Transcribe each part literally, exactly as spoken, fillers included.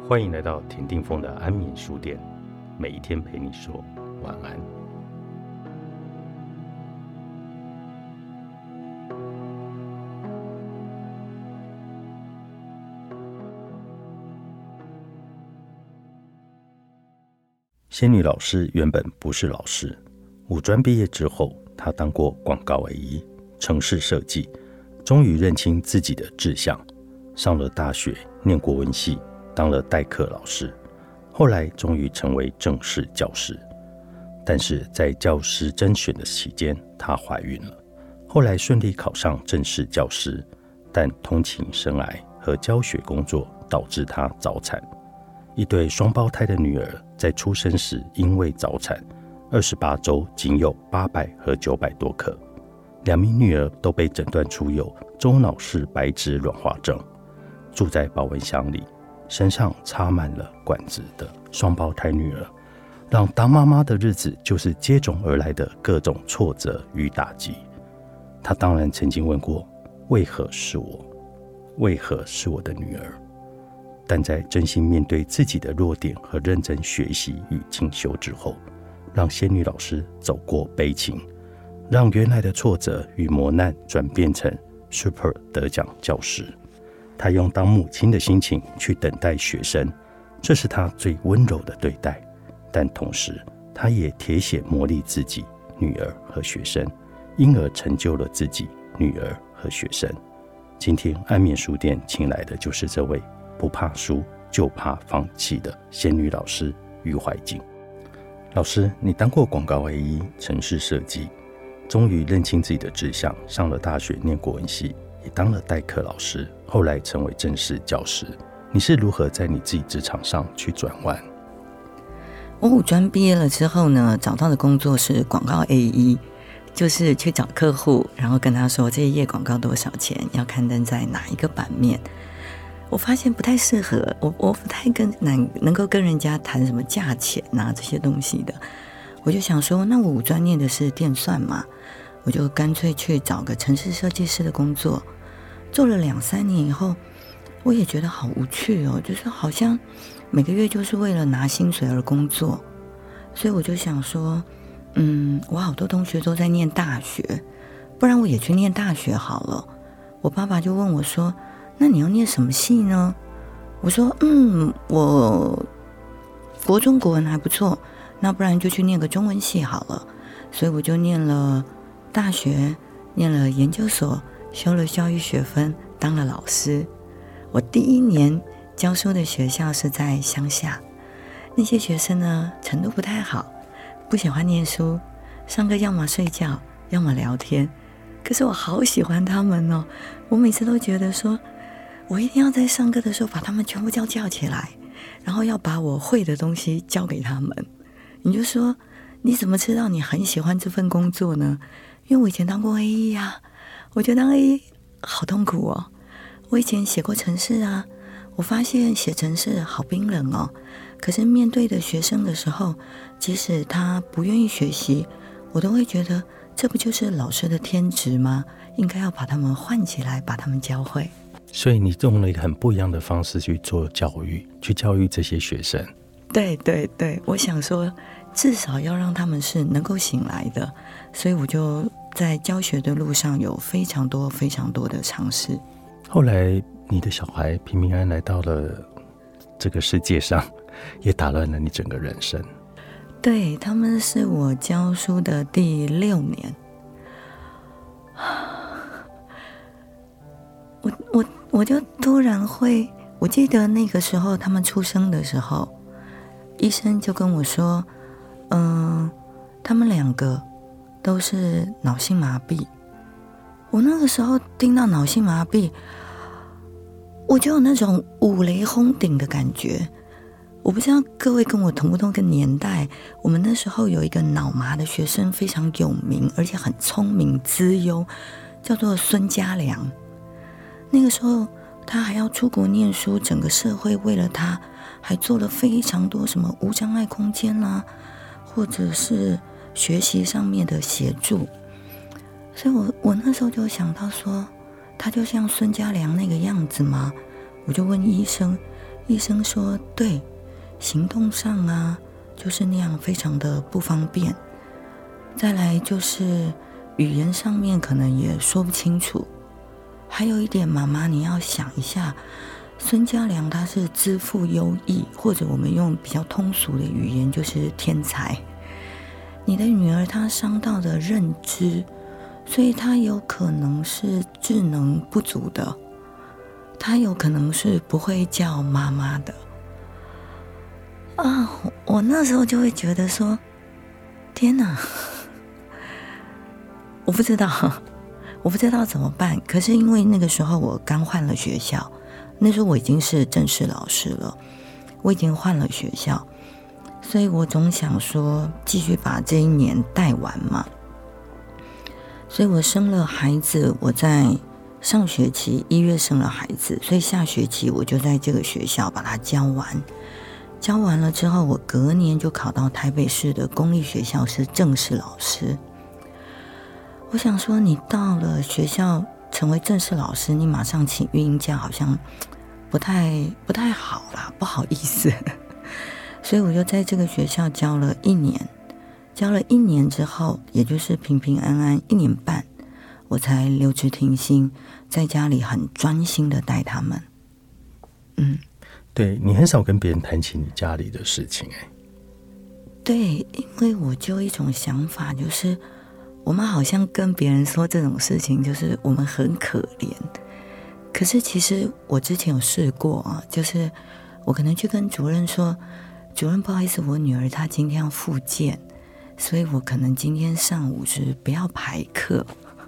欢迎来到田定峰的安眠书店，每一天陪你说晚安。仙女老师原本不是老师，五专毕业之后，她当过广告 A E、程式设计，终于认清自己的志向，上了大学，念国文系，当了代课老师，后来终于成为正式教师。但是在教师甄选的期间，她怀孕了，后来顺利考上正式教师，但通勤生癌和教学工作导致她早产。一对双胞胎的女儿在出生时因为早产，二十八周仅有八百和九百多克，两名女儿都被诊断出有中脑式白质软化症。住在保温箱里，身上插满了管子的双胞胎女儿，让当妈妈的日子就是接踵而来的各种挫折与打击。她当然曾经问过，为何是我？为何是我的女儿？但在真心面对自己的弱点和认真学习与进修之后，让仙女老师走过悲情，让原来的挫折与磨难转变成 Super 得奖教师。她用当母亲的心情去等待学生，这是她最温柔的对待，但同时她也铁血磨砺自己、女儿和学生，因而成就了自己、女儿和学生。今天安眠书店请来的就是这位不怕输就怕放弃的仙女老师于怀瑾。老师，你当过广告 A E、程式设计，终于认清自己的志向，上了大学念国文系，也当了代课老师，后来成为正式教师。你是如何在你自己职场上去转弯？ 我五专毕业了之后呢，找到的工作是广告 A E， 就是去找客户，然后跟他说这一页广告多少钱，要刊登在哪一个版面。我发现不太适合我，我不太跟能能够跟人家谈什么价钱啊这些东西的。我就想说，那我五专念的是电算嘛，我就干脆去找个程式设计师的工作。做了两三年以后，我也觉得好无趣哦，就是好像每个月就是为了拿薪水而工作。所以我就想说，嗯，我好多同学都在念大学，不然我也去念大学好了。我爸爸就问我说，那你要念什么系呢？我说，嗯，我国中国文还不错，那不然就去念个中文系好了。所以我就念了大学，念了研究所，修了教育学分，当了老师。我第一年教书的学校是在乡下，那些学生呢程度不太好，不喜欢念书，上课要么睡觉，要么聊天。可是我好喜欢他们哦，我每次都觉得说，我一定要在上课的时候把他们全部叫叫起来，然后要把我会的东西教给他们。你就说，你怎么知道你很喜欢这份工作呢？因为我以前当过 A E 啊，我觉得当 A E 好痛苦哦。我以前写过程式啊，我发现写程式好冰冷哦。可是面对的学生的时候，即使他不愿意学习，我都会觉得这不就是老师的天职吗？应该要把他们唤起来，把他们教会。 所以你用了一个很不一样的方式去做教育，去教育这些学生。 对对对，我想说至少要让他们是能够醒来的，所以我就在教学的路上有非常多非常多的尝试。 后来你的小孩平平安安来到了这个世界上，也打乱了你整个人生。 对，他们是我教书的第六年。我我我就突然会，我记得那个时候他们出生的时候，医生就跟我说，嗯，他们两个都是脑性麻痹。我那个时候听到脑性麻痹，我就有那种五雷轰顶的感觉。我不知道各位跟我同不同个年代，我们那时候有一个脑麻的学生非常有名，而且很聪明资优，叫做孙家良。那个时候他还要出国念书，整个社会为了他还做了非常多什么无障碍空间啦、啊，或者是学习上面的协助。所以我我那时候就想到说，他就像孙家良那个样子吗？我就问医生， 医生说对，行动上啊就是那样，非常的不方便。再来就是语言上面可能也说不清楚。还有一点，妈妈你要想一下，孙嘉良他是资赋优异，或者我们用比较通俗的语言就是天才。你的女儿她伤到的认知，所以她有可能是智能不足的，她有可能是不会叫妈妈的啊！我那时候就会觉得说，天哪，我不知道，我不知道怎么办。可是因为那个时候我刚换了学校，那时候我已经是正式老师了，我已经换了学校，所以我总想说继续把这一年带完嘛。所以我生了孩子，我在上学期一月生了孩子，所以下学期我就在这个学校把它教完。教完了之后，我隔年就考到台北市的公立学校是正式老师。我想说，你到了学校成为正式老师，你马上请育婴假好像不太不太好啦，不好意思。所以我就在这个学校教了一年，教了一年之后，也就是平平安安一年半，我才留职停薪，在家里很专心的带他们。嗯， 对，你很少跟别人谈起你家里的事情哎。 对，因为我就一种想法，就是我们好像跟别人说这种事情，就是我们很可怜。可是其实我之前有试过啊，就是我可能去跟主任说，主任不好意思，我女儿她今天要复健，所以我可能今天上午是不要排课。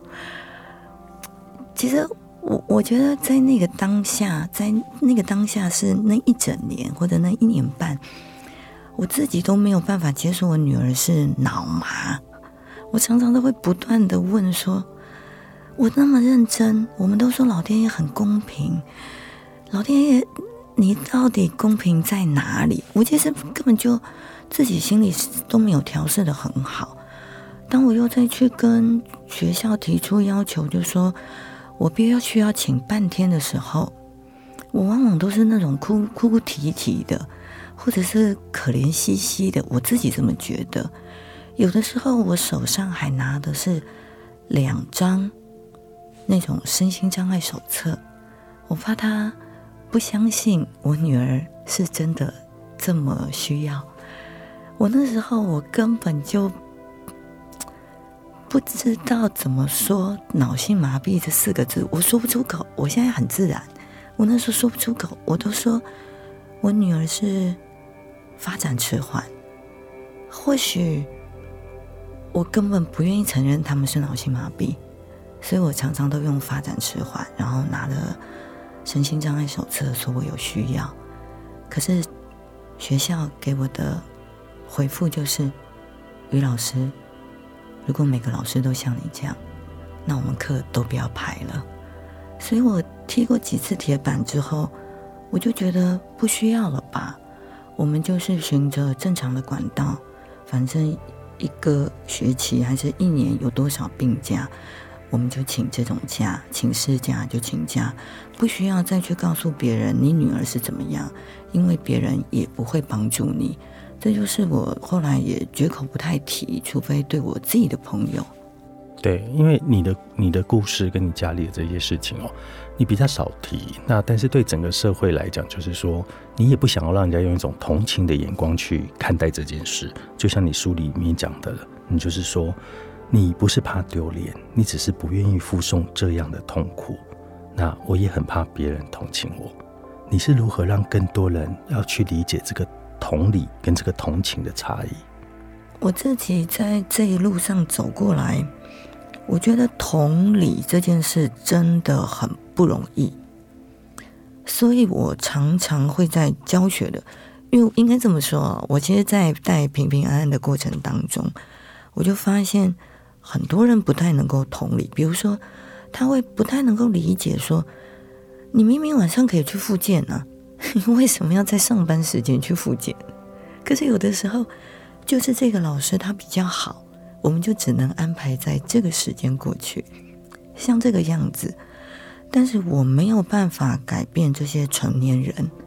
其实我我觉得在那个当下，在那个当下是那一整年或者那一年半，我自己都没有办法接受我女儿是脑麻。我常常都会不断的问说，我那么认真，我们都说老天爷很公平，老天爷你到底公平在哪里？我其实根本就自己心里都没有调试得很好。当我又再去跟学校提出要求，就说我必须要请半天的时候，我往往都是那种哭哭哭啼啼的，或者是可怜兮兮的，我自己这么觉得。有的时候我手上还拿的是两张那种身心障碍手册，我怕他不相信我女儿是真的这么需要。我那时候我根本就不知道怎么说脑性麻痹这四个字，我说不出口。我现在很自然，我那时候说不出口，我都说我女儿是发展迟缓。或许我根本不愿意承认他们是脑性麻痹，所以我常常都用发展迟缓，然后拿了身心障碍手册说我有需要。可是学校给我的回复就是，于老师，如果每个老师都像你这样，那我们课都不要排了。所以我踢过几次铁板之后，我就觉得不需要了吧，我们就是循着正常的管道，反正一个学期还是一年有多少病假，我们就请这种假，请事假就请假，不需要再去告诉别人你女儿是怎么样，因为别人也不会帮助你。这就是我后来也绝口不太提，除非对我自己的朋友。 对，因为你的你的故事跟你家里的这些事情哦，你比较少提。那但是对整个社会来讲，就是说你也不想要让人家用一种同情的眼光去看待这件事。就像你书里面讲的，你就是说你不是怕丢脸，你只是不愿意附送这样的痛苦。那我也很怕别人同情我。你是如何让更多人要去理解这个同理跟这个同情的差异？ 我自己在这一路上走过来，我觉得同理这件事真的很不容易，所以我常常会在教学的，因为应该这么说，我其实在带平平安安的过程当中，我就发现很多人不太能够同理。比如说他会不太能够理解说，你明明晚上可以去复健啊，你为什么要在上班时间去复健？可是有的时候就是这个老师他比较好，我们就只能安排在这个时间过去，像这个样子。但是我没有办法改变这些成年人，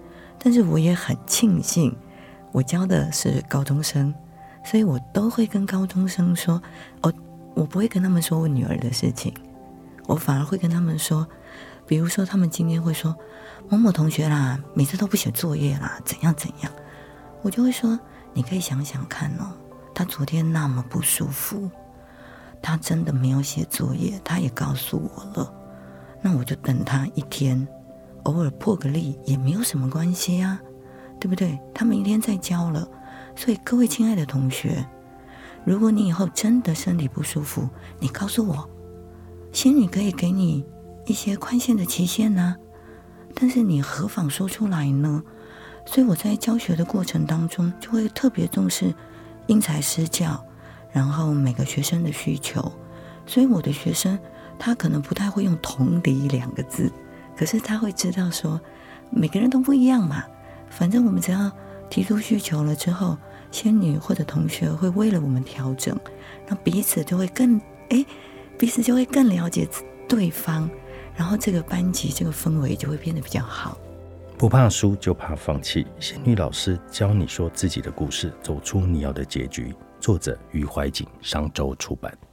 但是我也很庆幸我教的是高中生，所以我都会跟高中生说，哦，我不会跟他们说我女儿的事情，我反而会跟他们说，比如说他们今天会说某某同学啦，每次都不写作业啦，怎样怎样，我就会说，你可以想想看哦，他昨天那么不舒服，他真的没有写作业，他也告诉我了，那我就等他一天，偶尔破个例也没有什么关系啊，对不对？他明天再教了。所以各位亲爱的同学，如果你以后真的身体不舒服，你告诉我，仙女可以给你一些宽限的期限啊，但是你何妨说出来呢？所以我在教学的过程当中就会特别重视因材施教，然后每个学生的需求。所以我的学生他可能不太会用同理两个字，可是他会知道说每个人都不一样嘛，反正我们只要提出需求了之后，仙女或者同学会为了我们调整，让彼此就会更哎，彼此就会更了解对方，然后这个班级这个氛围就会变得比较好。 不怕输就怕放弃，仙女老师教你说自己的故事，走出你要的结局。作者余怀瑾，商周出版。